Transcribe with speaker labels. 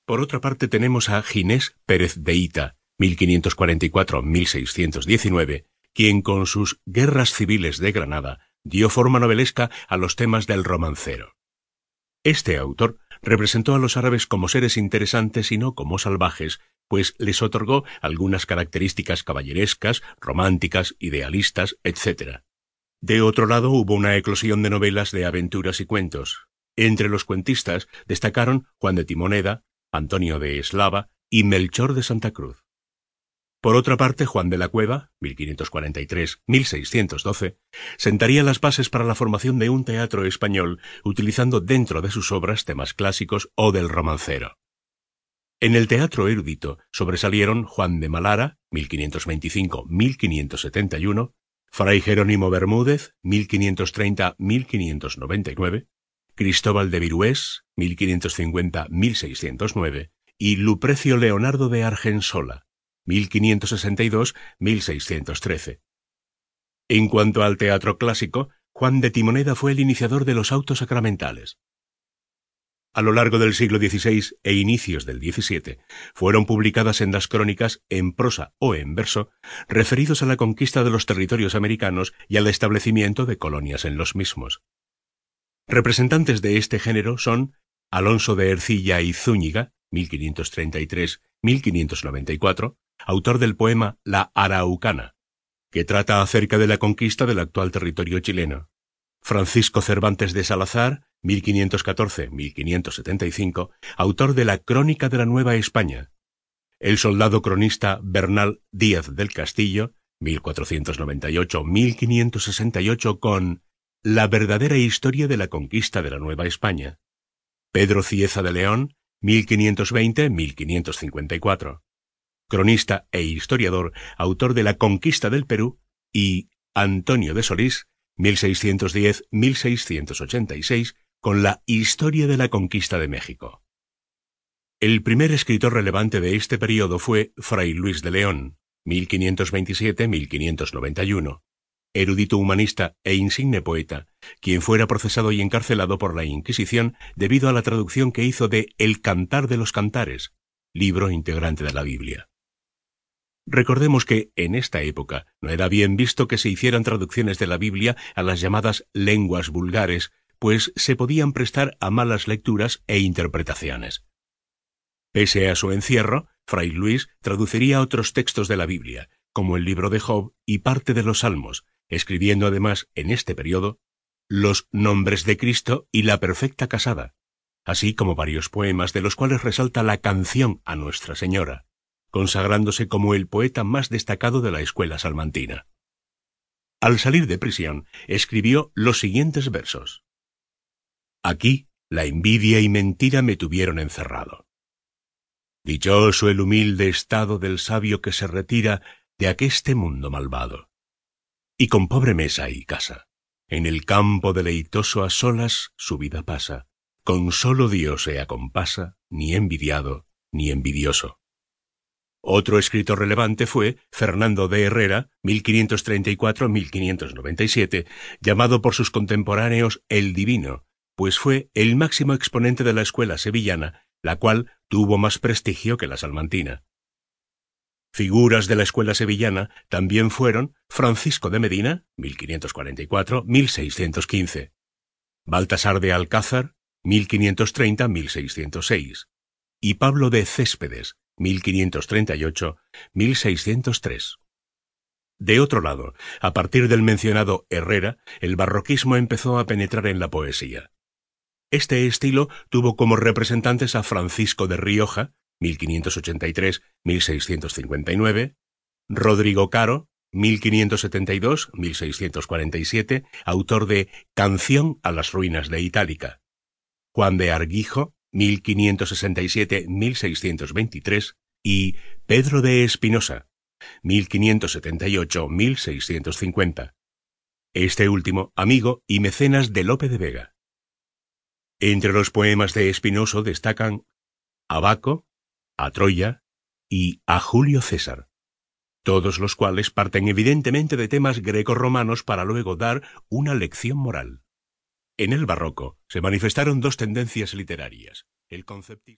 Speaker 1: Por otra parte tenemos a Ginés Pérez de Hita, 1544-1619, quien con sus Guerras Civiles de Granada dio forma novelesca a los temas del romancero. Este autor representó a los árabes como seres interesantes y no como salvajes, pues les otorgó algunas características caballerescas, románticas, idealistas, etc. De otro lado hubo una eclosión de novelas de aventuras y cuentos. Entre los cuentistas destacaron Juan de Timoneda, Antonio de Eslava y Melchor de Santa Cruz. Por otra parte, Juan de la Cueva, 1543-1612, sentaría las bases para la formación de un teatro español, utilizando dentro de sus obras temas clásicos o del romancero. En el teatro erudito sobresalieron Juan de Malara, 1525-1571, Fray Jerónimo Bermúdez, 1530-1599, Cristóbal de Virués, 1550-1609, y Luprecio Leonardo de Argensola, 1562-1613. En cuanto al teatro clásico, Juan de Timoneda fue el iniciador de los autos sacramentales. A lo largo del siglo XVI e inicios del XVII, fueron publicadas en las crónicas, en prosa o en verso, referidos a la conquista de los territorios americanos y al establecimiento de colonias en los mismos. Representantes de este género son Alonso de Ercilla y Zúñiga, 1533-1594, autor del poema La Araucana, que trata acerca de la conquista del actual territorio chileno. Francisco Cervantes de Salazar, 1514-1575, autor de la Crónica de la Nueva España. El soldado cronista Bernal Díaz del Castillo, 1498-1568, con La verdadera historia de la conquista de la Nueva España. Pedro Cieza de León, 1520-1554. Cronista e historiador, autor de La conquista del Perú, y Antonio de Solís, 1610-1686, con La historia de la conquista de México. El primer escritor relevante de este período fue Fray Luis de León, 1527-1591, erudito humanista e insigne poeta, quien fuera procesado y encarcelado por la Inquisición debido a la traducción que hizo de El Cantar de los Cantares, libro integrante de la Biblia. Recordemos que, en esta época, no era bien visto que se hicieran traducciones de la Biblia a las llamadas lenguas vulgares, pues se podían prestar a malas lecturas e interpretaciones. Pese a su encierro, Fray Luis traduciría otros textos de la Biblia, como el libro de Job y parte de los Salmos, escribiendo además, en este periodo, los Nombres de Cristo y la Perfecta Casada, así como varios poemas de los cuales resalta la canción a Nuestra Señora, consagrándose como el poeta más destacado de la escuela salmantina. Al salir de prisión, escribió los siguientes versos. Aquí la envidia y mentira me tuvieron encerrado. Dichoso el humilde estado del sabio que se retira de aqueste mundo malvado. Y con pobre mesa y casa, en el campo deleitoso a solas su vida pasa, con solo Dios se acompasa, ni envidiado, ni envidioso. Otro escritor relevante fue Fernando de Herrera, 1534-1597, llamado por sus contemporáneos el Divino, pues fue el máximo exponente de la escuela sevillana, la cual tuvo más prestigio que la salmantina. Figuras de la escuela sevillana también fueron Francisco de Medina, 1544-1615, Baltasar de Alcázar, 1530-1606, y Pablo de Céspedes, 1538-1603. De otro lado, a partir del mencionado Herrera, el barroquismo empezó a penetrar en la poesía. Este estilo tuvo como representantes a Francisco de Rioja, 1583-1659, Rodrigo Caro, 1572-1647, autor de Canción a las ruinas de Itálica, Juan de Arguijo, 1567-1623, y Pedro de Espinosa, 1578-1650. Este último, amigo y mecenas de Lope de Vega. Entre los poemas de Espinoso destacan A Baco, a Troya y a Julio César, todos los cuales parten evidentemente de temas grecorromanos para luego dar una lección moral. En el barroco se manifestaron dos tendencias literarias, el conceptismo